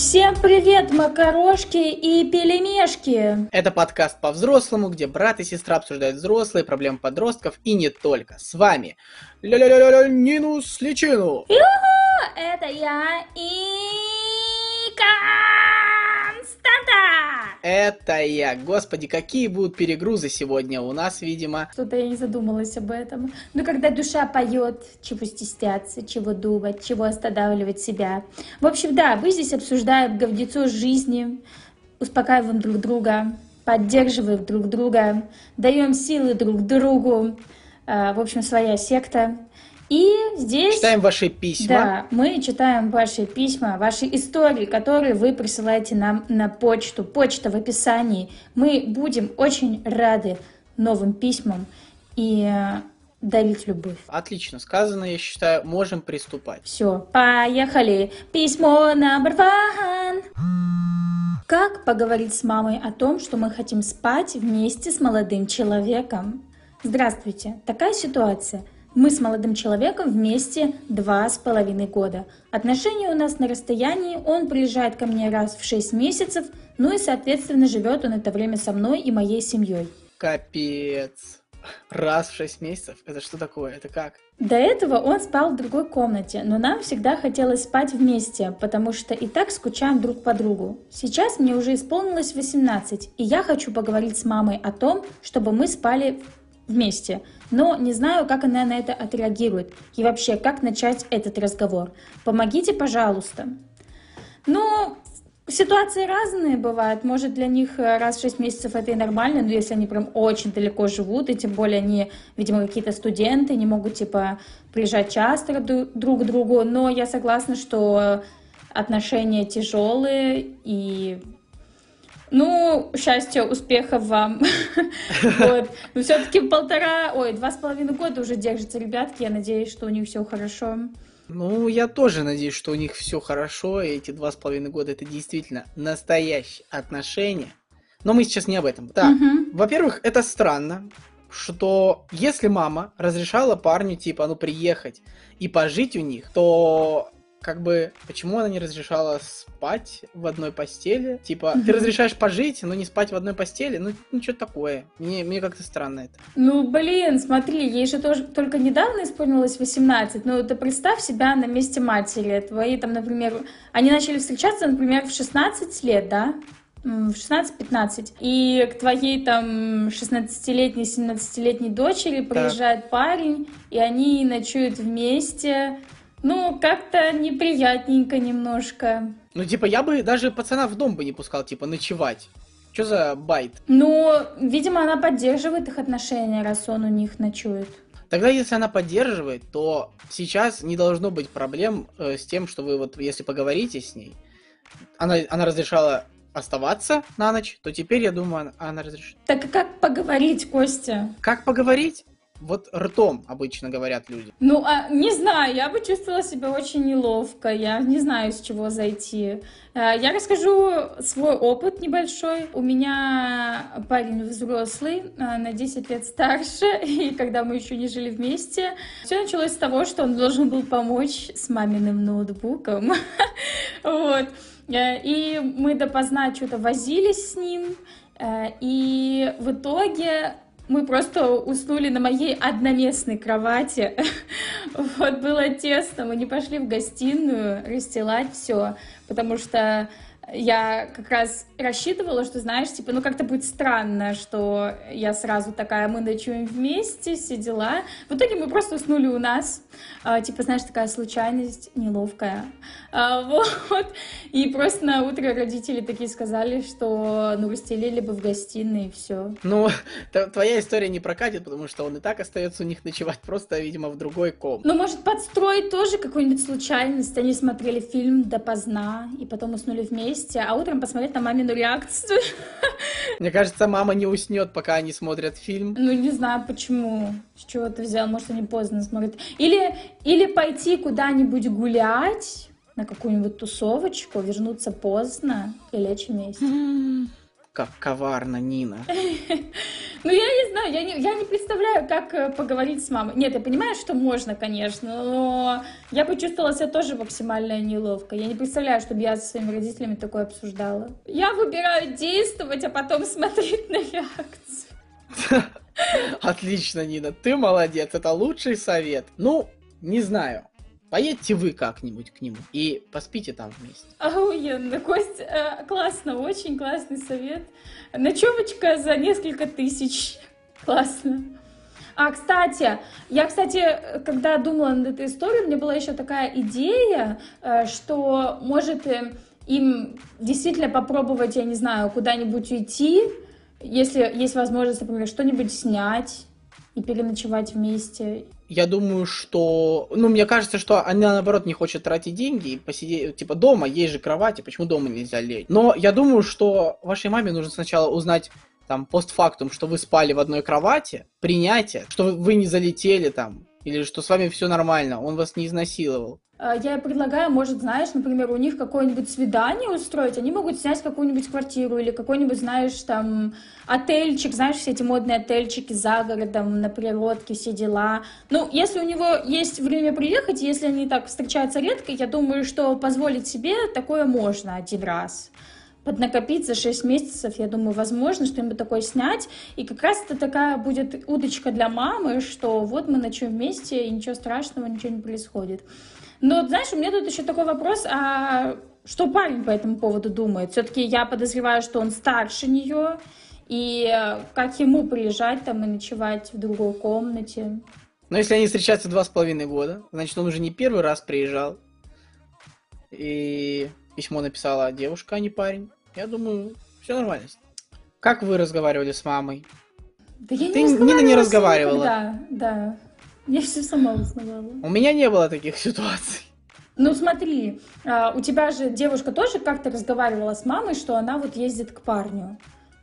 Всем привет, макарошки и пельмешки! Это подкаст по-взрослому, где брат и сестра обсуждают взрослые проблемы подростков и не только. С вами Нинус Личину. Это я и Константа! Это я. Господи, какие будут перегрузы сегодня у нас, видимо. Что-то я не задумалась об этом. Но когда душа поет, чего стесняться, чего думать, чего останавливать себя. В общем, да, мы здесь обсуждаем говнецо жизни, успокаиваем друг друга, поддерживаем друг друга, даем силы друг другу. В общем, своя секта. И здесь... Читаем ваши письма. Да, мы читаем ваши письма, ваши истории, которые вы присылаете нам на почту. Почта в описании. Мы будем очень рады новым письмам и дарить любовь. Отлично сказано, я считаю, можем приступать. Все, поехали. Письмо номер 1. Как поговорить с мамой о том, что мы хотим спать вместе с молодым человеком? Здравствуйте, такая ситуация. Мы с молодым человеком вместе 2,5 года. Отношения у нас на расстоянии, он приезжает ко мне раз в 6 месяцев, ну и, соответственно, живет он это время со мной и моей семьей. Капец. Раз в 6 месяцев? Это что такое? Это как? До этого он спал в другой комнате, но нам всегда хотелось спать вместе, потому что и так скучаем друг по другу. Сейчас мне уже исполнилось 18, и я хочу поговорить с мамой о том, чтобы мы спали вместе, но не знаю, как она на это отреагирует и вообще, как начать этот разговор. Помогите, пожалуйста. Ну, ситуации разные бывают. Может, для них раз в 6 месяцев это и нормально, но если они прям очень далеко живут, и тем более они, видимо, какие-то студенты, не могут, типа, приезжать часто друг к другу, но я согласна, что отношения тяжелые и... Ну, счастья, успехов вам. Вот. Но все-таки 2,5 года уже держатся ребятки. Я надеюсь, что у них все хорошо. Ну, я тоже надеюсь, что у них все хорошо, и эти 2,5 года это действительно настоящие отношения. Но мы сейчас не об этом. Так, во-первых, это странно, что если мама разрешала парню, типа, приехать и пожить у них, то... Как бы, почему она не разрешала спать в одной постели? Типа, ты разрешаешь пожить, но не спать в одной постели? Ну что такое? Мне как-то странно это. Ну, блин, смотри, ей же тоже только недавно исполнилось 18. Ну, ты представь себя на месте матери. Твои там, например, они начали встречаться, например, в 16 лет, да? В 16-15. И к твоей там 16-летней, 17-летней дочери приезжает парень, и они ночуют вместе... Ну, как-то неприятненько немножко. Ну, типа, я бы даже пацана в дом бы не пускал, типа, ночевать. Что за байт? Ну, видимо, она поддерживает их отношения, раз он у них ночует. Тогда, если она поддерживает, то сейчас не должно быть проблем с тем, что вы вот, если поговорите с ней, она разрешала оставаться на ночь, то теперь, я думаю, она разрешит. Так а как поговорить, Костя? Как поговорить? Вот ртом обычно говорят люди. Ну, не знаю, я бы чувствовала себя очень неловко, я не знаю, с чего зайти. Я расскажу свой опыт небольшой. У меня парень взрослый, на 10 лет старше, и когда мы еще не жили вместе, все началось с того, что он должен был помочь с маминым ноутбуком. Вот. И мы допоздна что-то возились с ним, и в итоге... Мы просто уснули на моей одноместной кровати. Вот, было тесно. Мы не пошли в гостиную расстилать все, потому что я как раз рассчитывала, что, знаешь, типа, как-то будет странно, что я сразу такая, мы ночуем вместе, все дела. В итоге мы просто уснули у нас. Типа, знаешь, такая случайность неловкая. Вот. И просто на утро родители такие сказали, что, расстелили бы в гостиной, и все. Ну, твоя история не прокатит, потому что он и так остается у них ночевать, просто, видимо, в другой комнате. Ну, может, подстроить тоже какую-нибудь случайность. Они смотрели фильм допоздна, и потом уснули вместе, а утром посмотреть на мамину реакцию. Мне кажется, мама не уснет, пока они смотрят фильм. Ну, не знаю, почему. С чего ты взял? Может, они поздно смотрят. Или пойти куда-нибудь гулять, на какую-нибудь тусовочку, вернуться поздно и лечь вместе. Как коварно, Нина. Ну, я не знаю, я не представляю, как поговорить с мамой. Нет, я понимаю, что можно, конечно, но я почувствовала себя тоже максимально неловко. Я не представляю, чтобы я со своими родителями такое обсуждала. Я выбираю действовать, а потом смотреть на реакцию. Отлично, Нина, ты молодец, это лучший совет. Ну, не знаю. Поедьте вы как-нибудь к нему и поспите там вместе. Охуенно, Кость, классно, очень классный совет. Ночевочка за несколько тысяч. Классно. Кстати, когда думала над этой историей, у меня была еще такая идея, что может им действительно попробовать, я не знаю, куда-нибудь уйти, если есть возможность, например, что-нибудь снять и переночевать вместе. Я думаю, что... Ну, мне кажется, что она, наоборот, не хочет тратить деньги и посидеть... Типа, дома есть же кровати, почему дома нельзя лечь? Но я думаю, что вашей маме нужно сначала узнать, там, постфактум, что вы спали в одной кровати, принятие, что вы не залетели там, или что с вами все нормально, он вас не изнасиловал. Я предлагаю, может, знаешь, например, у них какое-нибудь свидание устроить, они могут снять какую-нибудь квартиру или какой-нибудь, знаешь, там, отельчик, знаешь, все эти модные отельчики за городом, на природке, все дела. Ну, если у него есть время приехать, если они так встречаются редко, я думаю, что позволить себе такое можно один раз. Поднакопить за 6 месяцев, я думаю, возможно что-нибудь такое снять. И как раз это такая будет удочка для мамы, что вот мы ночуем вместе, и ничего страшного, ничего не происходит. Но, знаешь, у меня тут еще такой вопрос, а что парень по этому поводу думает? Все-таки я подозреваю, что он старше нее, и как ему приезжать там и ночевать в другой комнате? Но если они встречаются 2,5 года, значит, он уже не первый раз приезжал. И письмо написала девушка, а не парень. Я думаю, все нормально. Как вы разговаривали с мамой? Да я Ты, не Нина, не разговаривала? Да. Я все сама узнавала. У меня не было таких ситуаций. Ну смотри, у тебя же девушка тоже как-то разговаривала с мамой, что она вот ездит к парню.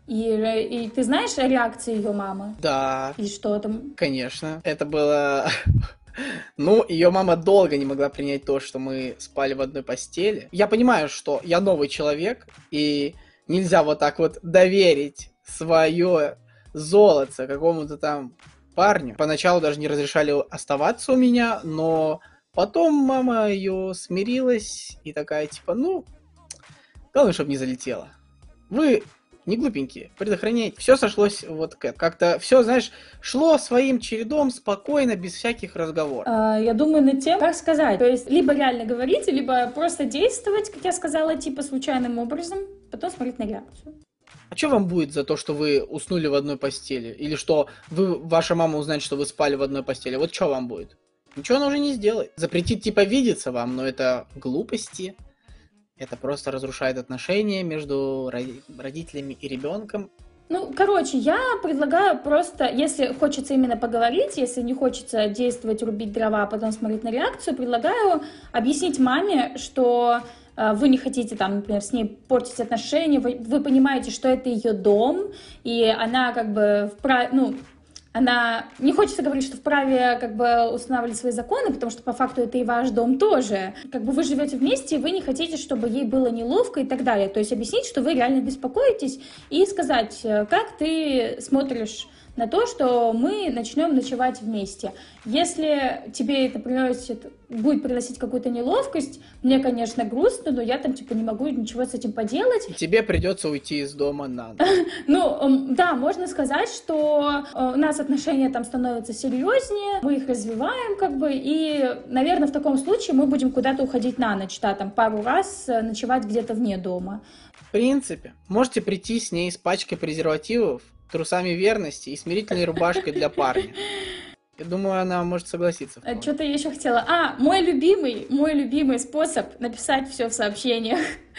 И ты знаешь реакцию ее мамы? Да. И что там? Конечно. Это было... Ну, ее мама долго не могла принять то, что мы спали в одной постели. Я понимаю, что я новый человек, и нельзя вот так вот доверить свое золото какому-то там парню. Поначалу даже не разрешали оставаться у меня, но потом мама ее смирилась и такая, типа, ну, главное, чтобы не залетела. Вы не глупенькие, предохраняйте. Все сошлось вот как-то, все, знаешь, шло своим чередом, спокойно, без всяких разговоров. Я думаю над тем, как сказать. То есть, либо реально говорить, либо просто действовать, как я сказала, типа случайным образом, потом смотреть на реакцию. А что вам будет за то, что вы уснули в одной постели? Или что ваша мама узнает, что вы спали в одной постели? Вот что вам будет? Ничего она уже не сделает. Запретит типа видеться вам, но это глупости. Это просто разрушает отношения между родителями и ребенком. Ну, короче, я предлагаю просто, если хочется именно поговорить, если не хочется действовать, рубить дрова, а потом смотреть на реакцию, предлагаю объяснить маме, что вы не хотите, там, например, с ней портить отношения, вы понимаете, что это ее дом, и она как бы она не хочется говорить, что вправе как бы устанавливать свои законы, потому что по факту это и ваш дом тоже. Как бы вы живете вместе, и вы не хотите, чтобы ей было неловко и так далее. То есть объяснить, что вы реально беспокоитесь, и сказать, как ты смотришь на то, что мы начнем ночевать вместе. Если тебе это будет приносить какую-то неловкость, мне, конечно, грустно, но я там типа не могу ничего с этим поделать. Тебе придется уйти из дома на ночь. Ну, да, можно сказать, что у нас отношения там становятся серьезнее, мы их развиваем как бы, и, наверное, в таком случае мы будем куда-то уходить на ночь, да, там пару раз ночевать где-то вне дома. В принципе, можете прийти с ней с пачкой презервативов, трусами верности и смирительной рубашкой для парня. Я думаю, она может согласиться. Что-то я еще хотела. Мой любимый способ написать все в сообщениях.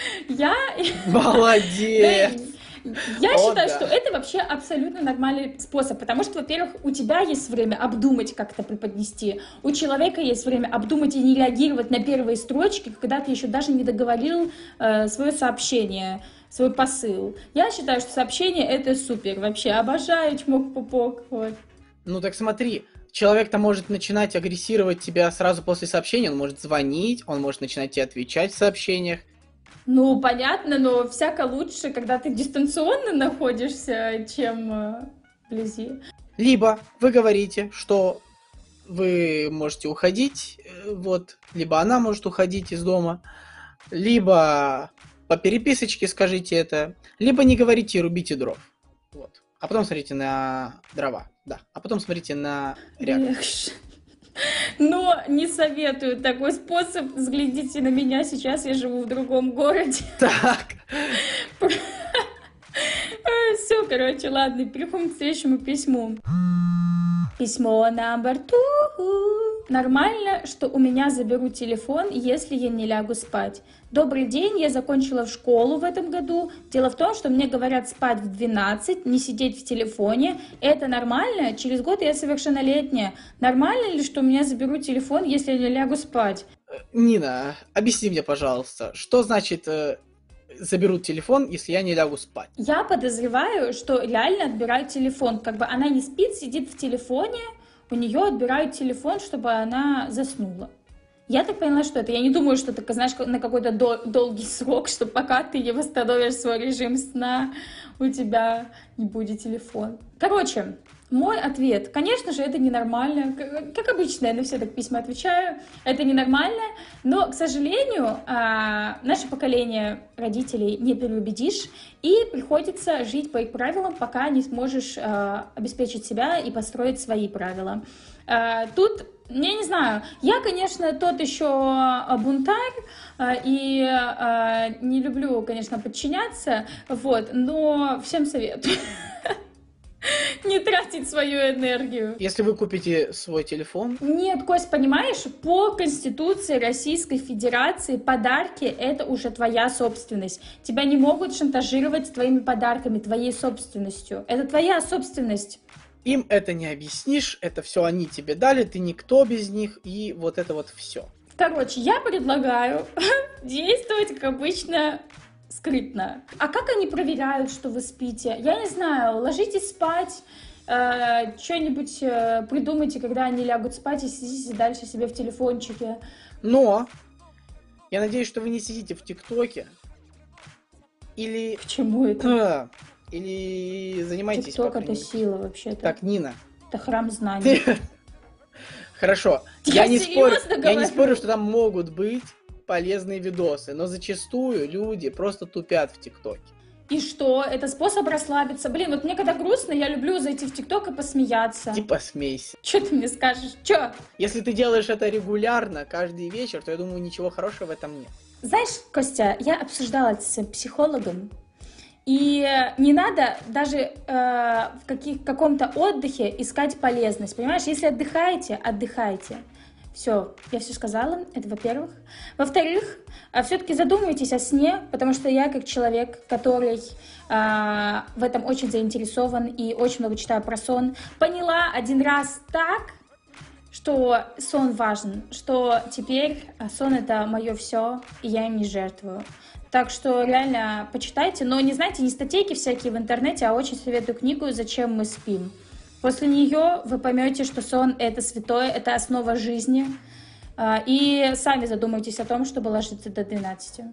Молодец! Я считаю, что это вообще абсолютно нормальный способ, потому что, во-первых, у тебя есть время обдумать, как это преподнести, у человека есть время обдумать и не реагировать на первые строчки, когда ты еще даже не договорил свое сообщение, свой посыл. Я считаю, что сообщение — это супер, вообще обожаю чмок-пупок. Вот. Ну так смотри, человек-то может начинать агрессировать тебя сразу после сообщения, он может звонить, он может начинать тебе отвечать в сообщениях. Ну, понятно, но всяко лучше, когда ты дистанционно находишься, чем вблизи. Либо вы говорите, что вы можете уходить, вот, либо она может уходить из дома, либо по переписочке скажите это, либо не говорите и рубите дров. Вот. А потом смотрите на дрова, да. А потом смотрите на реакцию. Но не советую такой способ. Взгляните на меня, сейчас я живу в другом городе. Так. Все, короче, ладно, переходим к следующему письму. Письмо номер 2. Нормально, что у меня заберут телефон, если я не лягу спать. Добрый день, я закончила в школу в этом году. Дело в том, что мне говорят спать в 12, не сидеть в телефоне. Это нормально? Через год я совершеннолетняя. Нормально ли, что у меня заберут телефон, если я не лягу спать? Нина, объясни мне, пожалуйста, что значит заберут телефон, если я не лягу спать? Я подозреваю, что реально отбирают телефон. Как бы она не спит, сидит в телефоне, у нее отбирают телефон, чтобы она заснула. Я так поняла, что это. Я не думаю, что это, знаешь, на какой-то долгий срок, что пока ты не восстановишь свой режим сна, у тебя не будет телефон. Короче, мой ответ. Конечно же, это ненормально. Как обычно, я на все так письма отвечаю. Это ненормально. Но, к сожалению, наше поколение родителей не переубедишь. И приходится жить по их правилам, пока не сможешь обеспечить себя и построить свои правила. Тут, я не знаю, я, конечно, тот еще бунтарь и не люблю, конечно, подчиняться, вот, но всем советую не тратить свою энергию. Если вы купите свой телефон... Нет, Кость, понимаешь, по Конституции Российской Федерации подарки — это уже твоя собственность. Тебя не могут шантажировать твоими подарками, твоей собственностью. Это твоя собственность. Им это не объяснишь, это все они тебе дали, ты никто без них, и вот это вот все. Короче, я предлагаю действовать, как обычно, скрытно. А как они проверяют, что вы спите? Я не знаю, ложитесь спать, что-нибудь придумайте, когда они лягут спать, и сидите дальше себе в телефончике. Но я надеюсь, что вы не сидите в ТикТоке или... К чему это? Или занимайтесь... ТикТок — это сила вообще-то. Так, Нина. Это храм знаний. Хорошо. Я не спорю, что там могут быть полезные видосы, но зачастую люди просто тупят в ТикТоке. И что? Это способ расслабиться. Блин, вот мне когда грустно, я люблю зайти в ТикТок и посмеяться. Типа смейся. Что ты мне скажешь? Что? Если ты делаешь это регулярно, каждый вечер, то я думаю, ничего хорошего в этом нет. Знаешь, Костя, я обсуждала это с психологом. И не надо даже в каком-то отдыхе искать полезность, понимаешь? Если отдыхаете, отдыхайте. Все, я все сказала, это во-первых. Во-вторых, все-таки задумывайтесь о сне, потому что я как человек, который в этом очень заинтересован и очень много читаю про сон, поняла один раз так, что сон важен, что теперь сон — это мое все, и я им не жертвую. Так что реально почитайте, но не знаете, не статейки всякие в интернете, а очень советую книгу «Зачем мы спим». После нее вы поймете, что сон — это святое, это основа жизни, и сами задумайтесь о том, чтобы ложиться до 12.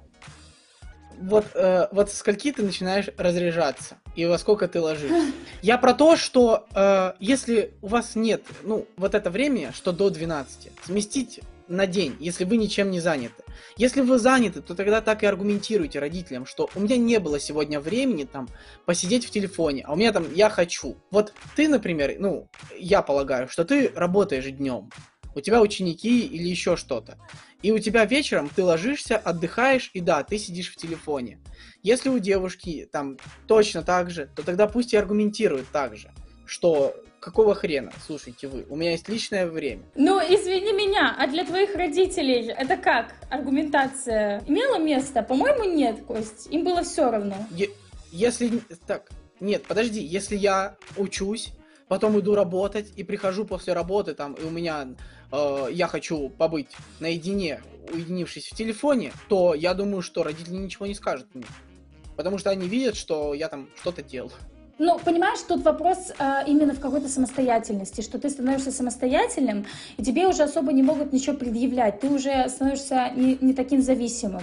Вот со скольки ты начинаешь разряжаться и во сколько ты ложишься? Я про то, что если у вас нет, вот это время, что до 12, сместить на день, если вы ничем не заняты. Если вы заняты, то тогда так и аргументируйте родителям, что у меня не было сегодня времени там посидеть в телефоне, а у меня там я хочу. Вот ты, например, я полагаю, что ты работаешь днем, у тебя ученики или еще что-то, и у тебя вечером ты ложишься, отдыхаешь, и да, ты сидишь в телефоне. Если у девушки там точно так же, то тогда пусть и аргументирует так же, что какого хрена, слушайте вы, у меня есть личное время. Извини меня, а для твоих родителей это как? Аргументация имела место? По-моему, нет, Кость, им было все равно. Подожди, если я учусь, потом иду работать и прихожу после работы, там, и у меня, я хочу побыть наедине, уединившись в телефоне, то я думаю, что родители ничего не скажут мне. Потому что они видят, что я там что-то делаю. Понимаешь, тут вопрос именно в какой-то самостоятельности, что ты становишься самостоятельным, и тебе уже особо не могут ничего предъявлять, ты уже становишься не таким зависимым.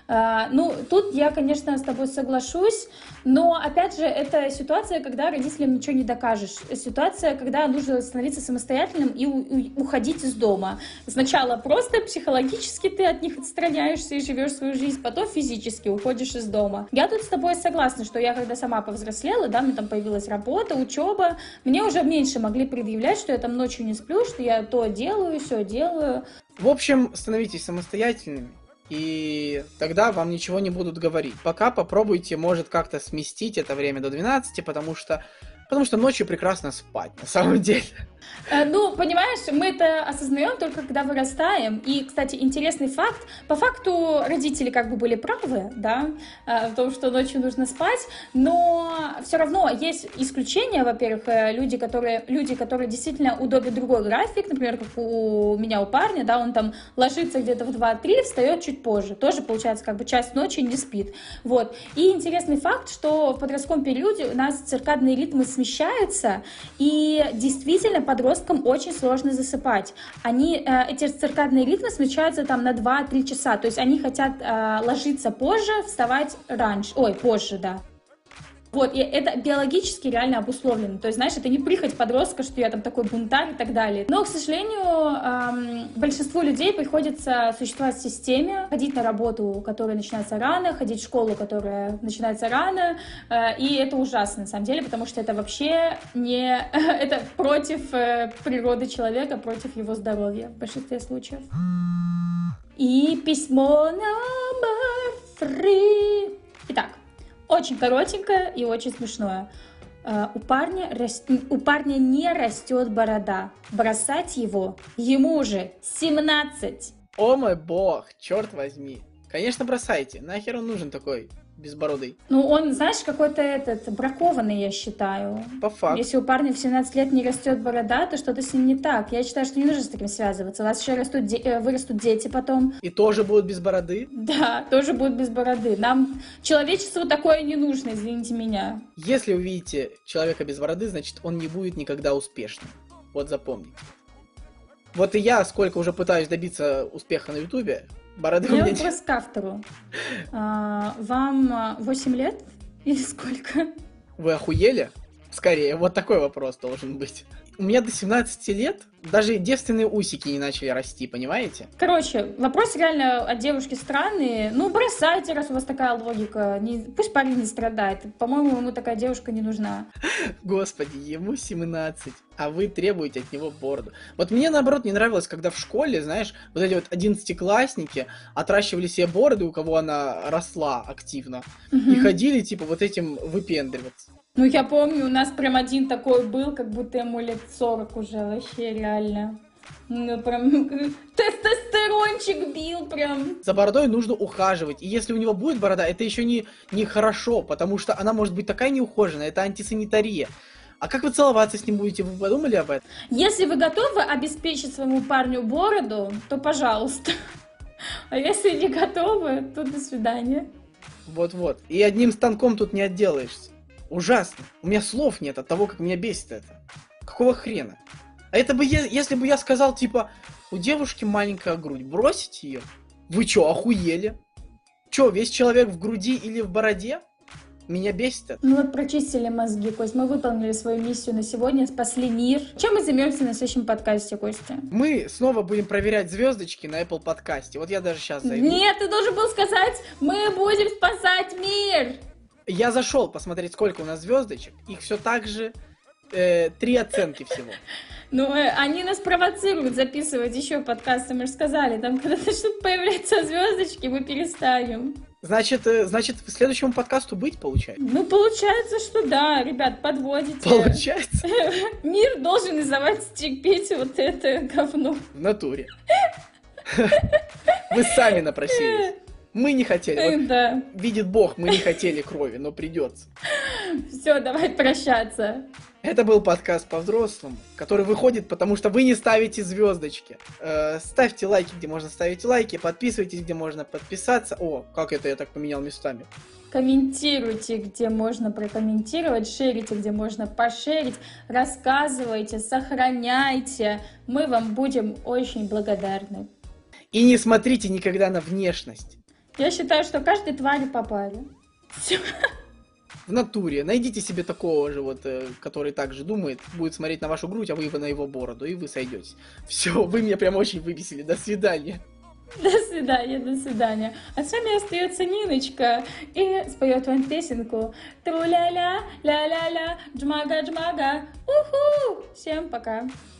Ну, тут я, конечно, с тобой соглашусь, но, опять же, это ситуация, когда родителям ничего не докажешь. Ситуация, когда нужно становиться самостоятельным и уходить из дома. Сначала просто психологически ты от них отстраняешься и живешь свою жизнь, потом физически уходишь из дома. Я тут с тобой согласна, что я, когда сама повзрослела, да, у меня там появилась работа, учеба, мне уже меньше могли предъявлять, что я там ночью не сплю, что я то делаю, все делаю. В общем, становитесь самостоятельными, и тогда вам ничего не будут говорить. Пока попробуйте, может, как-то сместить это время до 12, потому что ночью прекрасно спать, на самом деле. Ну, понимаешь, мы это осознаем только когда вырастаем. И, кстати, интересный факт. По факту родители как бы были правы, да, в том, что ночью нужно спать, но все равно есть исключения, во-первых, люди, которые действительно удобен другой график, например, как у меня, у парня, да, он там ложится где-то в 2-3, встает чуть позже, тоже, получается, как бы часть ночи не спит, вот. И интересный факт, что в подростковом периоде у нас циркадные ритмы смещаются, и действительно подросткам очень сложно засыпать. Эти циркадные ритмы смещаются там на 2-3 часа, то есть они хотят ложиться позже, вставать позже, да. Вот, и это биологически реально обусловлено. То есть, знаешь, это не прихоть подростка, что я там такой бунтарь и так далее. Но, к сожалению, большинству людей приходится существовать в системе, ходить на работу, которая начинается рано, ходить в школу, которая начинается рано. И это ужасно, на самом деле, потому что это вообще не... Это против природы человека, против его здоровья в большинстве случаев. И письмо номер 3. Итак. Очень коротенькое и очень смешное. У парня не растет борода. Бросать ему уже 17. О мой бог, черт возьми. Конечно, бросайте. Нахер он нужен такой безбородый? Ну, он, знаешь, какой-то бракованный, я считаю. По факту. Если у парня в 17 лет не растет борода, то что-то с ним не так. Я считаю, что не нужно с таким связываться. У вас еще вырастут дети потом. И тоже будут без бороды? Да, тоже будут без бороды. Нам, человечеству, такое не нужно, извините меня. Если увидите человека без бороды, значит, он не будет никогда успешным. Вот запомните. Вот и я, сколько уже пытаюсь добиться успеха на Ютубе, бороды у меня нет. Вопрос к автору. Вам 8 лет или сколько? Вы охуели? Скорее, вот такой вопрос должен быть. У меня до 17 лет даже девственные усики не начали расти, понимаете? Короче, вопрос реально от девушки странный. Ну, бросайте, раз у вас такая логика. Пусть парень не страдает. По-моему, ему такая девушка не нужна. Господи, ему 17, а вы требуете от него бороду. Вот мне, наоборот, не нравилось, когда в школе, знаешь, вот эти вот 11-классники отращивали себе бороды, у кого она росла активно, и ходили, типа, вот этим выпендриваться. Ну, я помню, у нас прям один такой был, как будто ему лет 40 уже, вообще реально. Ну, прям тестостерончик бил прям. За бородой нужно ухаживать, и если у него будет борода, это еще не хорошо, потому что она может быть такая неухоженная, это антисанитария. А как вы целоваться с ним будете, вы подумали об этом? Если вы готовы обеспечить своему парню бороду, то пожалуйста. А если не готовы, то до свидания. Вот-вот. И одним станком тут не отделаешься. Ужасно. У меня слов нет от того, как меня бесит это. Какого хрена? А это бы, если бы я сказал, типа, у девушки маленькая грудь, бросить ее? Вы чё, охуели? Чё, весь человек в груди или в бороде? Меня бесит это. Ну вот прочистили мозги, Кость. Мы выполнили свою миссию на сегодня, спасли мир. Чем мы займемся на следующем подкасте, Костя? Мы снова будем проверять звездочки на Apple подкасте. Вот я даже сейчас зайду. Нет, ты должен был сказать, мы будем спасать мир! Я зашел посмотреть, сколько у нас звездочек. Их все так же 3 оценки всего. Ну, они нас провоцируют записывать еще подкасты, мы же сказали. Там, когда начнут появляться звездочки, мы перестанем. Значит, к следующему подкасту быть получается? Ну, получается, что да, ребят, подводите. Получается? Мир должен издавать, терпеть вот это говно. В натуре. Вы сами напросились. Мы не хотели. Вот, да. Видит Бог, мы не хотели крови, но придется. Все, давай прощаться. Это был подкаст по-взрослому, который выходит, потому что вы не ставите звездочки. Ставьте лайки, где можно ставить лайки, подписывайтесь, где можно подписаться. О, как это я так поменял местами. Комментируйте, где можно прокомментировать, шерите, где можно пошерить, рассказывайте, сохраняйте. Мы вам будем очень благодарны. И не смотрите никогда на внешность. Я считаю, что каждой твари по паре. Всё. В натуре. Найдите себе такого же, вот, который также думает, будет смотреть на вашу грудь, а вы на его бороду, и вы сойдетесь. Все, вы меня прям очень выбесили. До свидания. До свидания, до свидания. А с вами остается Ниночка и споет вам песенку Тру-ля-ля, ля-ля-ля, джмага-джмага. Уху! Всем пока.